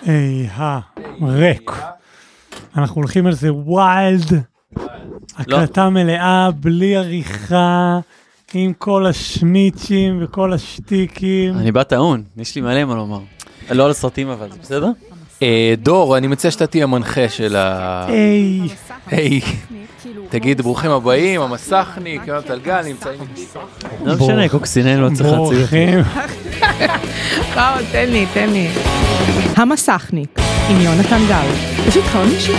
ריק. אנחנו הולכים על זה ווילד. הקלטה מלאה, בלי עריכה, עם כל השמיצ'ים וכל השטיקים. אני בא טעון, יש לי מלא מה לומר. לא על הסרטים אבל, זה בסדר? דור, אני מציע שאתה תהיה מנחה של היי. תגיד, ברוכים הבאים, המסכניק, קרנות על גל, נמצאים איתי. לא משנה, קוקסינל לא צריך להציע. ברוכים. תן לי. המסכניק, עם יונתן גל. יש איתך עוד מישהו?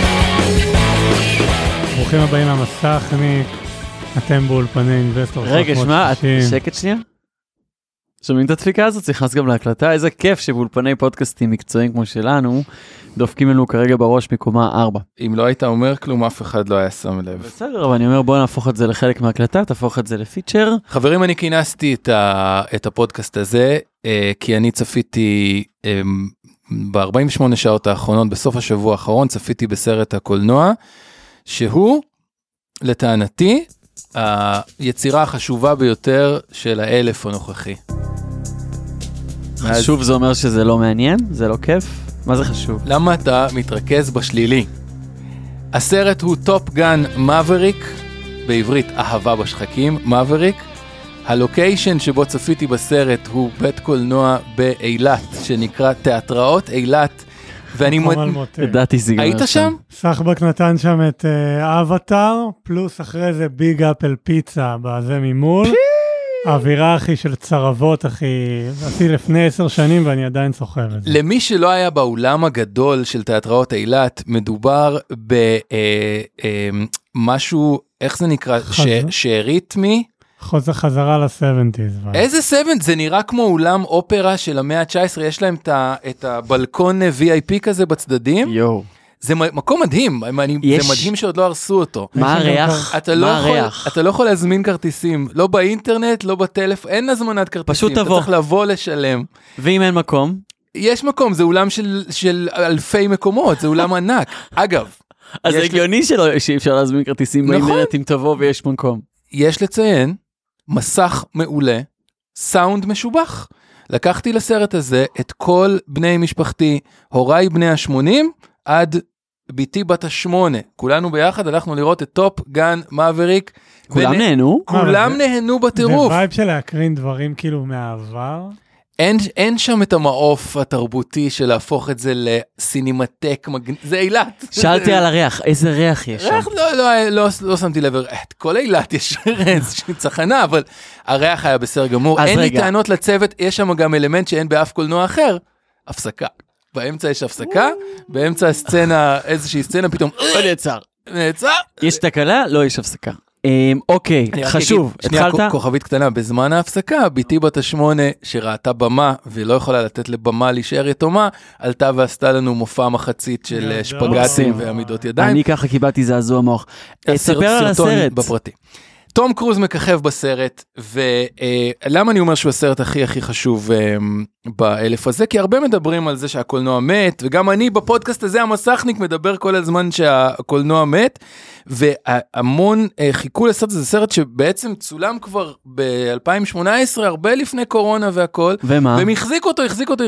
ברוכים הבאים למסכניק, אתם באולפני אינבסטור. רגע, שמע, שקט שנייה. שומעים את הדפיקה הזאת? צריך גם להקלטה. איזה כיף שבאולפני פודקאסטים מקצועיים כמו שלנו, דופקים לנו כרגע בראש מקומה 4. אם לא היית אומר כלום, אף אחד לא היה שם לב. בסדר, אבל אני אומר בוא נהפוך את זה לחלק מההקלטה, תהפוך את זה לפיצ'ר. חברים, אני כינסתי את הפודקאסט הזה, כי אני צפיתי ב-48 שעות האחרונות, בסוף השבוע האחרון, צפיתי בסרט הקולנוע, שהוא, לטענתי, היצירה החשובה ביותר של האלף הנוכחי. חשוב זה אומר שזה לא מעניין? זה לא כיף? מה זה חשוב? למה אתה מתרכז בשלילי? הסרט הוא טופ גן מבריק, בעברית אהבה בשחקים, מבריק. הלוקיישן שבו צפיתי בסרט הוא בית קולנוע באילת, שנקרא תיאטראות אילת. ואני ידעתי סיגר. היית שם? סחבק נתן שם את אבטר, פלוס אחרי זה ביג אפל פיצה בזה ממול. אווירה אחי של צרבות אחי, עשיתי לפני 10 שנים ואני עדיין סוחב את זה. למי שלא היה באולם הגדול של תיאטראות אילת, מדובר במשהו, איך זה נקרא? שריתמי? חזרה ל-70s. איזה 70s? זה נראה כמו אולם אופרה של המאה ה-19, יש להם את הבלקון VIP כזה בצדדים. יואו. זה מקום מדהים, זה מדהים שעוד לא הרסו אותו. מה הריח? אתה לא יכול להזמין כרטיסים, לא באינטרנט, לא בטלפון, אין הזמנת כרטיסים. פשוט תבוא. אתה צריך לבוא לשלם. ואם אין מקום? יש מקום, זה אולם של אלפי מקומות, זה אולם ענק. אגב. אז זה הגיוני שאי אפשר להזמין כרטיסים באינטרנט אם תבוא ויש מקום. יש לציין, מסך מעולה, סאונד משובח. לקחתי לסרט הזה את כל בני משפחתי, הוריי בני ה-80, עד ביתי בת ה-8. כולנו ביחד הלכנו לראות את טופ גן מבריק. כולם נהנו? כולם נהנו בטירוף. זה וייב של להקרין דברים כאילו מהעבר. אין שם את המעוף התרבותי של להפוך את זה לסינימטק, זה אילת. שאלתי על הריח, איזה ריח יש שם? ריח לא שמתי לב, את כל אילת יש איזושהי צחנה, אבל הריח היה בסדר גמור. אין לי טענות לצוות, יש שם גם אלמנט שאין באף קולנוע אחר, הפסקה. באמצע יש הפסקה, באמצע הסצנה, איזושהי סצנה, פתאום נעצר. יש תקלה? לא, יש הפסקה. אוקיי, חשוב, התחלת? כוכבית קטנה, בזמן ההפסקה, ביתי בת ה-8 שראתה במה, ולא יכולה לתת לבמה להישאר יתומה, עלתה ועשתה לנו מופע מחצית של שפגטים ועמידות ידיים. אני ככה קיבלתי זעזוע מוח. תספר על הסרט. בפרטי. תום קרוז מככב בסרט, ולמה אני אומר שהוא הסרט הכי חשוב באלף הזה? כי הרבה מדברים על זה שהקולנוע מת, וגם אני בפודקאסט הזה, המסכניק, מדבר כל הזמן שהקולנוע מת, והמון חיכו לסרט, זה סרט שבעצם צולם כבר ב-2018, הרבה לפני קורונה והכל, ומה? והם החזיקו אותו.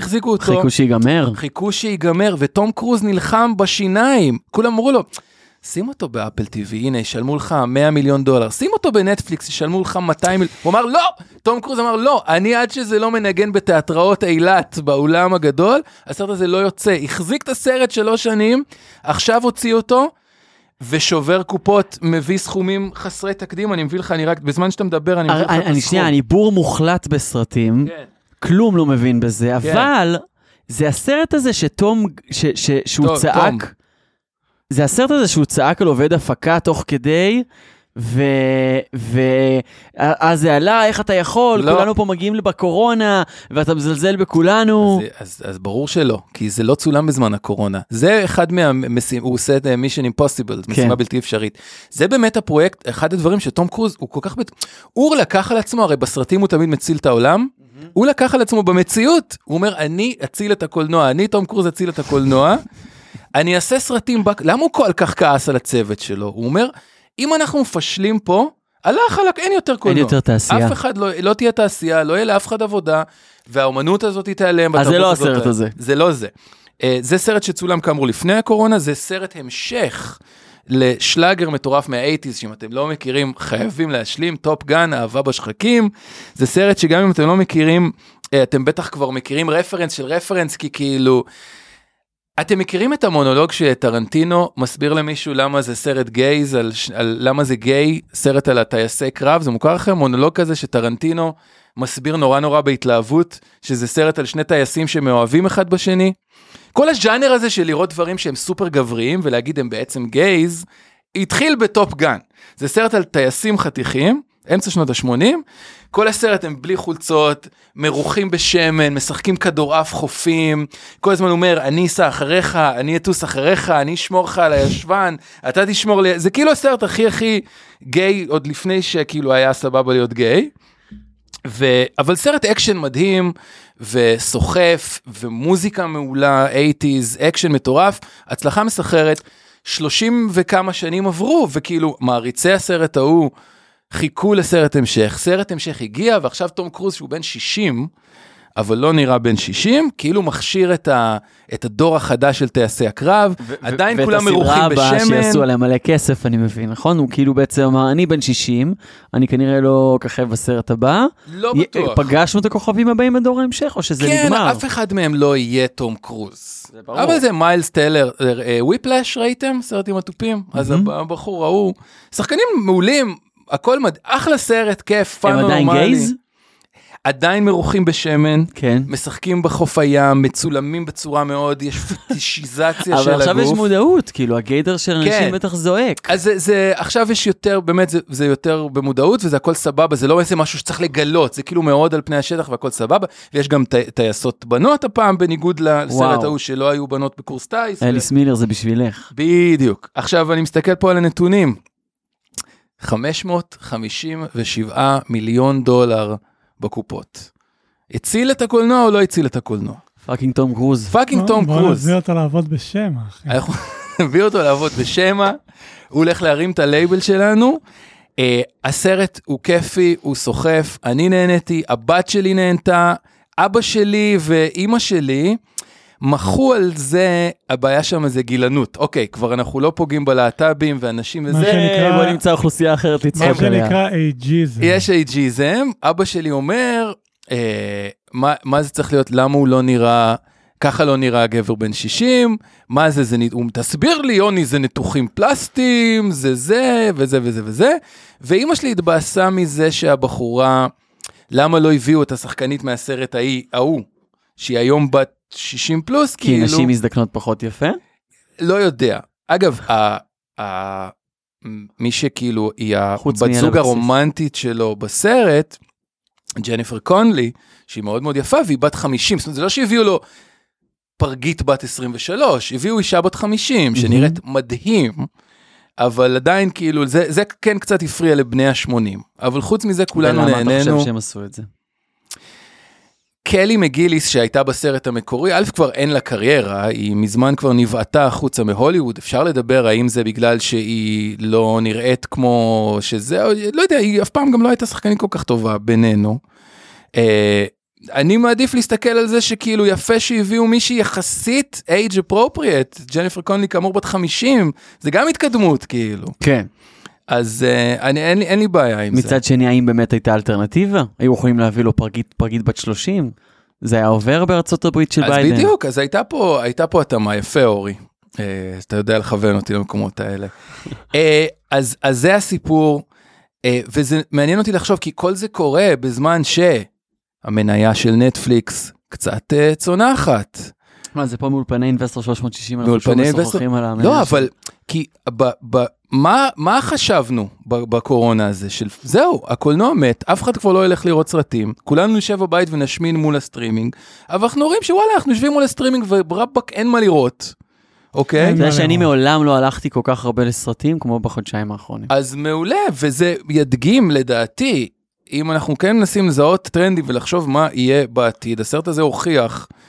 חיכו שיגמר, ותום קרוז נלחם בשיניים, כולם אמרו לו, שים אותו באפל TV, הנה, ישלמו לך $100 מיליון, שים אותו בנטפליקס, ישלמו לך 200 מיליון, הוא אמר, לא! תום קרוז אמר, לא, אני עד שזה לא מנגן בתיאטראות אילת, באולם הגדול, הסרט הזה לא יוצא, החזיק את הסרט 3 שנים, עכשיו הוציא אותו, ושובר קופות, מביא סכומים חסרי תקדים, אני מביא לך, בזמן שאתה מדבר, אני מביא לך את הסכום. אני בור מוחלט בסרטים, כלום לא מבין בזה, אבל זה הסרט הזה שהוא צעק, זה הסרט הזה שהוא צעק על עובד הפקה תוך כדי, אז זה עלה, איך אתה יכול, כולנו פה מגיעים בקורונה, ואתה מזלזל בכולנו. אז ברור שלא, כי זה לא צולם בזמן הקורונה. זה אחד הוא עושה את Mission Impossible, משימה בלתי אפשרית. זה באמת הפרויקט, אחד הדברים שתום קרוז, הוא כל כך, הוא לקח על עצמו, הרי בסרטים הוא תמיד מציל את העולם, הוא לקח על עצמו במציאות, הוא אומר, אני אציל את הקולנוע, אני תום קרוז אציל את הקולנוע, אני אעשה סרטים, למה הוא כל כך כעס על הצוות שלו? הוא אומר, אם אנחנו מפשלים פה, הלך, אין יותר קולנוע. אין יותר תעשייה. אף אחד לא תהיה תעשייה, לא יהיה לאף אחד עבודה, והאומנות הזאת תיעלם. אז זה לא הסרט הזה. זה לא זה. זה סרט שצולם כאמור לפני הקורונה, זה סרט המשך לשלאגר מטורף מה-80s, שאם אתם לא מכירים, חייבים להשלים, טופ גן, אהבה בשחקים, זה סרט שגם אם אתם לא מכירים, אתם בטח כבר מכירים רפרנס של רפרנס, כי כאילו, אתם מכירים את המונולוג שטרנטינו מסביר למישהו למה זה סרט גייז, על למה זה גיי, סרט על הטייסי קרב, זה מוכר לכם מונולוג כזה שטרנטינו מסביר נורא בהתלהבות, שזה סרט על שני טייסים שמאוהבים אחד בשני, כל הז'אנר הזה של לראות דברים שהם סופר גבריים, ולהגיד הם בעצם גייז, התחיל בטופ גן. זה סרט על טייסים חתיכים, אמצע שנות ה-80, כל הסרט הם בלי חולצות, מרוחים בשמן, משחקים כדורעף חופים, כל הזמן אומר, אני אסע אחריך, אני אטוס אחריך, אני אשמור לך על הישבן, אתה תשמור לי, זה כאילו הסרט הכי גיי, עוד לפני שכאילו היה סבבה להיות גיי, אבל סרט אקשן מדהים, וסוחף, ומוזיקה מעולה, 80s, אקשן מטורף, הצלחה מסחררת, 30 וכמה שנים עברו, וכאילו מעריצי הסרט ההוא, חיכו לסרט המשך, סרט המשך הגיע, ועכשיו תום קרוז שהוא בן 60, אבל לא נראה בן 60, כאילו מכשיר את הדור החדש של טייסי הקרב, עדיין כולם מרוחים בשמן. ואת הסדרה הבאה שיעשו עליהם מלא כסף, אני מבין, נכון? הוא כאילו בעצם אמר, אני בן 60, אני כנראה לא ככב בסרט הבא. לא בטוח. פגשנו את הכוכבים הבאים בדור ההמשך, או שזה נגמר? כן, אף אחד מהם לא יהיה תום קרוז. אבל זה מיילס טלר, וויפלש ראיתם? סרטים הטופים? אז הבחור ההוא, שחקנים מעולים, הכל אחלה סרט, כיף, פאן נורמלי. הם עדיין גייז? עדיין מרוחים בשמן, כן. משחקים בחוף הים, מצולמים בצורה מאוד, יש פיטישיזציה של הגוף. אבל עכשיו יש מודעות, כאילו הגיידר של אנשים בטח זועק. אז עכשיו יש יותר, באמת זה יותר במודעות, וזה הכל סבבה, זה לא איזה משהו שצריך לגלות, זה כאילו מאוד על פני השטח והכל סבבה, ויש גם טייסות בנות הפעם, בניגוד לסרט ההוא שלא היו בנות בקורס טייס. אליס מילר זה בשבילך. בדיוק. עכשיו אני מסתכל פה על הנתונים. $557 מיליון בקופות. הציל את הקולנוע או לא הציל את הקולנוע? פאקינג תום קרוז. פאקינג תום קרוז. בוא נביא אותו לעבוד בשמה, אחי. אנחנו נביא אותו לעבוד בשמה, הוא הולך להרים את הלייבל שלנו, הסרט הוא כיפי, הוא סוחף, אני נהניתי, הבת שלי נהנתה, אבא שלי ואימא שלי, מחו על זה, הבעיה שם זה גילנות. אוקיי, כבר אנחנו לא פוגעים בלהט"בים ואנשים וזה. בוא נמצא אוכלוסייה אחרת לצחוק עליה. מה שנקרא אייג'יזם. יש אייג'יזם. אבא שלי אומר, מה זה צריך להיות, למה הוא לא נראה, ככה לא נראה גבר בן 60, מה זה, הוא תסביר לי, יוני, זה ניתוחים פלסטיים, זה וזה וזה וזה. ואמא שלי התבאסה מזה שהבחורה, למה לא הביאו את השחקנית מהסרט ההוא, שהיא היום בת 60 פלוס, כי נשים מזדקנות פחות יפה? לא יודע. אגב, מי שכאילו היא הבת זוג הרומנטית שלו בסרט, ג'ניפר קונלי, שהיא מאוד מאוד יפה, והיא בת 50, זאת אומרת, זה לא שהביאו לו פרגית בת 23, הביאו אישה בת 50, שנראית מדהים, אבל עדיין כאילו, זה כן קצת הפריע לבני ה-80, אבל חוץ מזה כולנו נהנינו. ולמה אתה חושב שהם עשו את זה? קלי מגיליס שהייתה בסרט המקורי, א' כבר אין לה קריירה, היא מזמן כבר נבעתה החוצה מהוליווד, אפשר לדבר האם זה בגלל שהיא לא נראית כמו שזה, לא יודע, היא אף פעם גם לא הייתה שחקנית כל כך טובה בינינו. אני מעדיף להסתכל על זה שכאילו יפה שהביאו מישהי יחסית age appropriate, ג'ניפר קונלי כאמור בת 50, זה גם התקדמות כאילו. כן. אז אין לי בעיה עם זה. מצד שני, האם באמת הייתה אלטרנטיבה? היו יכולים להביא לו פרגית בת 30? זה היה עובר בארצות הברית של ביידן. אז בדיוק, אז הייתה פה התאמה, יפה אורי. אתה יודע לכוון אותי למקומות האלה. אז זה הסיפור, וזה מעניין אותי לחשוב, כי כל זה קורה בזמן שהמניה של נטפליקס קצת צונחת. מה, זה פה מאולפני אינבסטור 360, מאולפני אינבסטור? לא, אבל, כי מה חשבנו בקורונה הזה? זהו, הקולנוע מת, אף אחד כבר לא ילך לראות סרטים, כולנו נשב בבית ונשמין מול הסטרימינג, אבל אנחנו רואים שוואלה, אנחנו יושבים מול הסטרימינג וברבק אין מה לראות. אוקיי? זה שאני מעולם לא הלכתי כל כך הרבה לסרטים, כמו בחודשיים האחרונים. אז מעולה, וזה ידגים לדעתי, אם אנחנו כן מנסים לזהות טרנדים ולחשוב מה יהיה בעתיד, הסרט הזה הוכיח,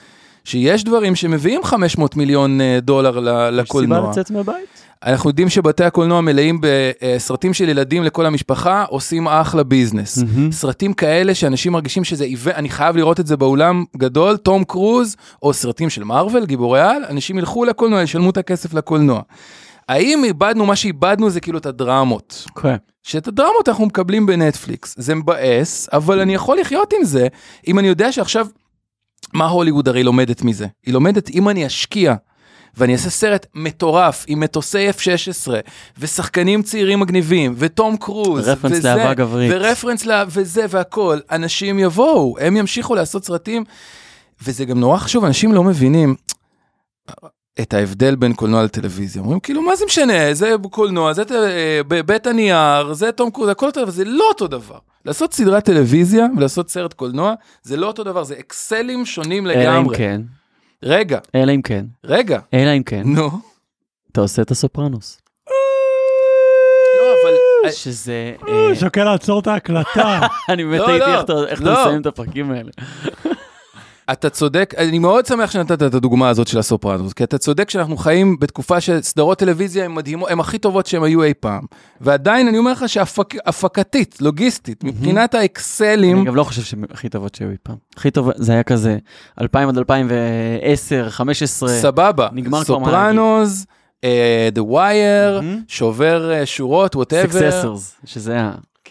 שיש דברים שמביאים 500 מיליון דולר לקולנוע. סיבה לצאת מהבית? אנחנו יודעים שבתי הקולנוע מלאים בסרטים של ילדים לכל המשפחה, עושים אחלה ביזנס. סרטים כאלה שאנשים מרגישים שזה אני חייב לראות את זה באולם גדול, תום קרוז, או סרטים של מארוול, גיבורי על, אנשים ילכו לקולנוע, ישלמו את הכסף לקולנוע. האם איבדנו, מה שאיבדנו זה כאילו את הדרמות. שאת הדרמות אנחנו מקבלים בנטפליקס. זה מבאס, אבל אני יכול לחיות עם זה, אם אני יודע שעכשיו, מה הוליווד הרי לומדת מזה? היא לומדת אם אני אשקיע, ואני אעשה סרט מטורף עם מטוסי F-16, ושחקנים צעירים מגניבים, ותום קרוז, רפרנס לאהבה גברית. ורפרנס וזה והכל, אנשים יבואו, הם ימשיכו לעשות סרטים, וזה גם נורא חשוב, אנשים לא מבינים את ההבדל בין קולנוע לטלוויזיה. אומרים, כאילו, מה זה משנה? זה קולנוע, זה בית הנייר, זה תום קרוז, הכל אותו דבר, זה לא אותו דבר. לעשות סדרת טלוויזיה ולעשות סרט קולנוע, זה לא אותו דבר, זה אקסלים שונים לגמרי. אלא אם כן. רגע. אלא אם כן. רגע. אלא אם כן. נו. אתה עושה את הסופרנוס. לא, אבל... שזה... שוקל לעצור את ההקלטה. אני באמת הייתי איך אתה מסיים את הפרקים האלה. אתה צודק, אני מאוד שמח שנתת את הדוגמה הזאת של הסופרנוס, כי אתה צודק שאנחנו חיים בתקופה שסדרות טלוויזיה הן מדהימות, הן הכי טובות שהן היו אי פעם. ועדיין אני אומר לך שהפקתית, לוגיסטית, מבחינת האקסלים... אני גם לא חושב שהן הכי טובות שהיו אי פעם. הכי טוב, זה היה כזה 2000 עד 2010, 15... סבבה. סופרנוס, The Wire, שובר שורות, whatever. Successors, שזה היה...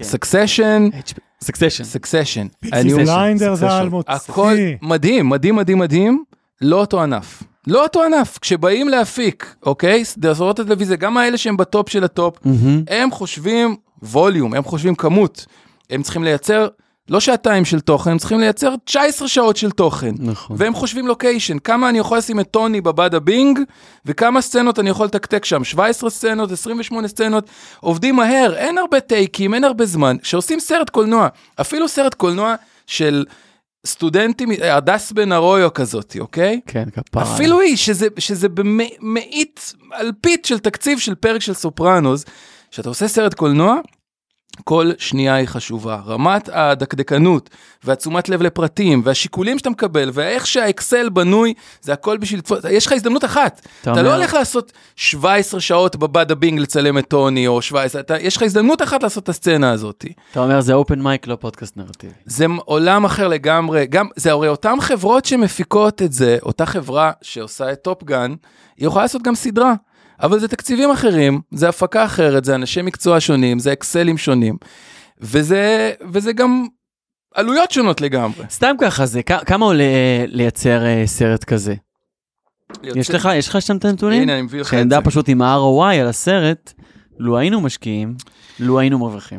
Succession. בליינדר זה אלמוץ. הכל מדהים, מדהים, מדהים, מדהים. לא אותו ענף. לא אותו ענף. כשבאים להפיק, אוקיי? סדרות הטלוויזיה, גם האלה שהם בטופ של הטופ, הם חושבים ווליום, הם חושבים כמות. הם צריכים לייצר, לא שעתיים של תוכן, הם צריכים לייצר 19 שעות של תוכן. נכון. והם חושבים לוקיישן. כמה אני יכול לשים את טוני בבאדה בינג, וכמה סצנות אני יכול לתקתק שם. 17 סצנות, 28 סצנות, עובדים מהר, אין הרבה טייקים, אין הרבה זמן. כשעושים סרט קולנוע, אפילו סרט קולנוע של סטודנטים, הדס בן ארויו כזאת, אוקיי? כן, כפרה. אפילו היא, שזה במאית אלפית של תקציב של פרק של סופרנוס, שאתה עושה סרט קולנוע, כל שנייה היא חשובה. רמת הדקדקנות והתשומת לב לפרטים והשיקולים שאתה מקבל ואיך שהאקסל בנוי, זה הכל בשביל... יש לך הזדמנות אחת. אתה לא הולך לעשות 17 שעות בבאדה בינג לצלם את טוני או 17, יש לך הזדמנות אחת לעשות את הסצנה הזאת. אתה אומר, זה אופן מייק, לא פודקאסט נרטיבי. זה עולם אחר לגמרי. גם, זה הרי אותם חברות שמפיקות את זה, אותה חברה שעושה את טופ גן, היא יכולה לעשות גם סדרה. אבל זה תקציבים אחרים, זה הפקה אחרת, זה אנשי מקצוע שונים, זה אקסלים שונים, וזה גם עלויות שונות לגמרי. סתם ככה, כמה עולה לייצר סרט כזה? יש לך שם את הנתונים? הנה, אני מביא לך את זה. שנדע פשוט עם ה-ROI על הסרט, לו היינו משקיעים, לו היינו מרוויחים.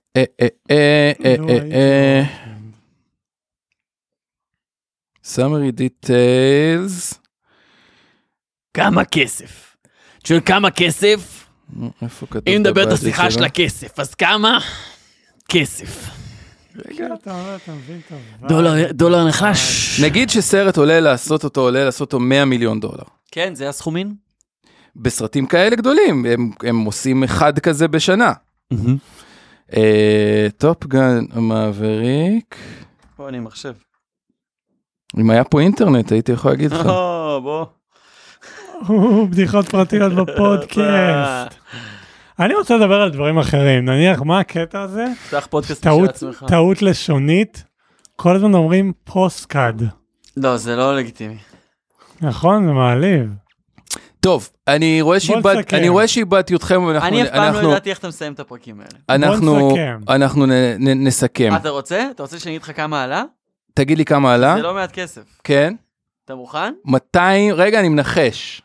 summary details. כמה כסף? שואל כמה כסף? אם נדבר את השיחה של הכסף, אז כמה? כסף. דולר נחלש. נגיד שסרט עולה לעשות אותו $100 מיליון. כן, זה הסכומים? בסרטים כאלה גדולים, הם עושים אחד כזה בשנה. טופ גן המעבריק. פה אני מחשב. אם היה פה אינטרנט, הייתי יכול להגיד לך. בוא. בדיחות פרטיות בפודקאסט. אני רוצה לדבר על דברים אחרים. נניח, מה הקטע הזה? פתח פודקאסט של עצמך. טעות לשונית. כל הזמן אומרים פוסטקאד. לא, זה לא לגיטימי. נכון, זה מעליב. טוב, אני רואה שאיבדתי אתכם. אני אף פעם לא ידעתי איך אתה מסיים את הפרקים האלה. אנחנו נסכם. אתה רוצה? אתה רוצה שאני אגיד לך כמה עלה? תגיד לי כמה עלה. זה לא מעט כסף. כן. אתה מוכן? 200, רגע, אני מנחש.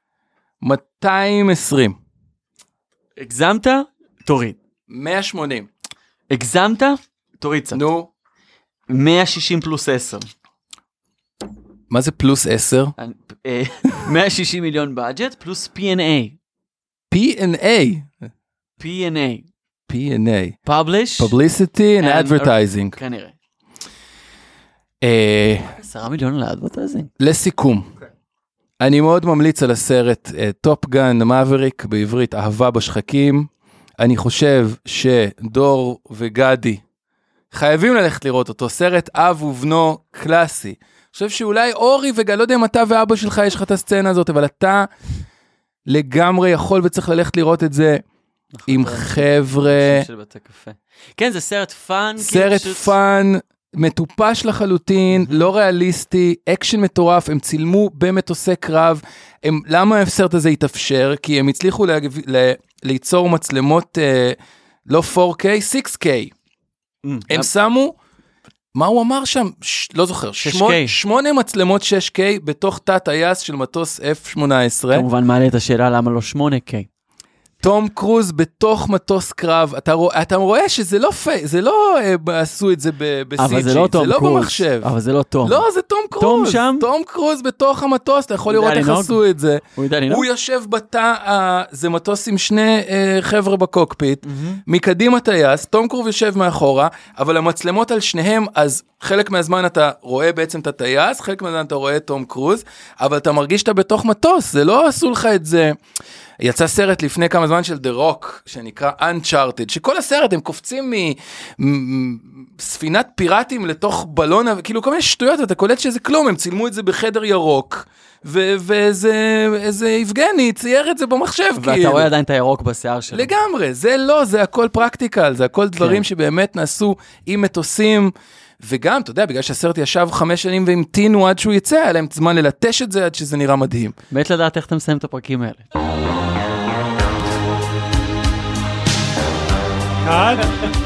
220. הגזמת? תוריד. 180. הגזמת? תוריד קצת. נו. 160 פלוס 10. מה זה פלוס 10? 160 מיליון בדג'ט פלוס P&A. P&A? P&A. P&A. Publish. Publicity and Advertising. כנראה. 10 מיליון לאדברטייזינג. לסיכום. אני מאוד ממליץ על הסרט טופ גן מאבריק, בעברית אהבה בשחקים. אני חושב שדור וגדי חייבים ללכת לראות אותו. סרט אב ובנו קלאסי, חושב שאולי אורי וגם, לא יודע אם אתה ואבא שלך יש לך את הסצנה הזאת, אבל אתה לגמרי יכול וצריך ללכת לראות את זה עם חבר'ה. כן, זה סרט פאן. סרט פאן, מטופש לחלוטין, לא ריאליסטי, אקשן מטורף, הם צילמו במטוסי קרב. למה הסרט הזה התאפשר? כי הם הצליחו ליצור מצלמות לא 4K, 6K. הם שמו, מה הוא אמר שם? לא זוכר. 8 מצלמות 6K בתוך תא טייס של מטוס F-18. כמובן מעלה את השאלה למה לא 8K. תום קרוז בתוך מטוס קרב, אתה רואה שזה לא זה לא עשו את זה ב-CG, אבל זה לא תום קרוז. במחשב. אבל זה לא תום. לא, זה תום קרוז. תום שם? תום קרוז בתוך המטוס, אתה יכול לראות איך עשו את זה. הוא יודע לנהוג? הוא יושב בתא, זה מטוס עם שני חבר'ה בקוקפיט, מקדימה טייס, תום קרוז יושב מאחורה, אבל המצלמות על שניהם, אז חלק מהזמן אתה רואה בעצם את הטייס, חלק מהזמן אתה רואה את תום קרוז, אבל אתה מרגיש שאתה בתוך מטוס, זה לא עשו לך את זה. יצא סרט לפני כמה זמן של The Rock, שנקרא Uncharted, שכל הסרט הם קופצים מספינת פיראטים לתוך בלון, כאילו כל מיני שטויות, אתה קולט שזה כלום, הם צילמו את זה בחדר ירוק, ואיזה יבגני צייר את זה במחשב, ואתה רואה עדיין את הירוק בשיער שלו. לגמרי, זה לא, זה הכל פרקטיקל, זה הכל דברים שבאמת נעשו עם מטוסים, וגם, אתה יודע, בגלל שהסרט ישב 5 שנים והמתינו עד שהוא יצא, היה להם זמן ללטש את זה עד שזה נראה מדהים. באמת לדעת איך אתה מסיים את הפרקים האלה. אחד.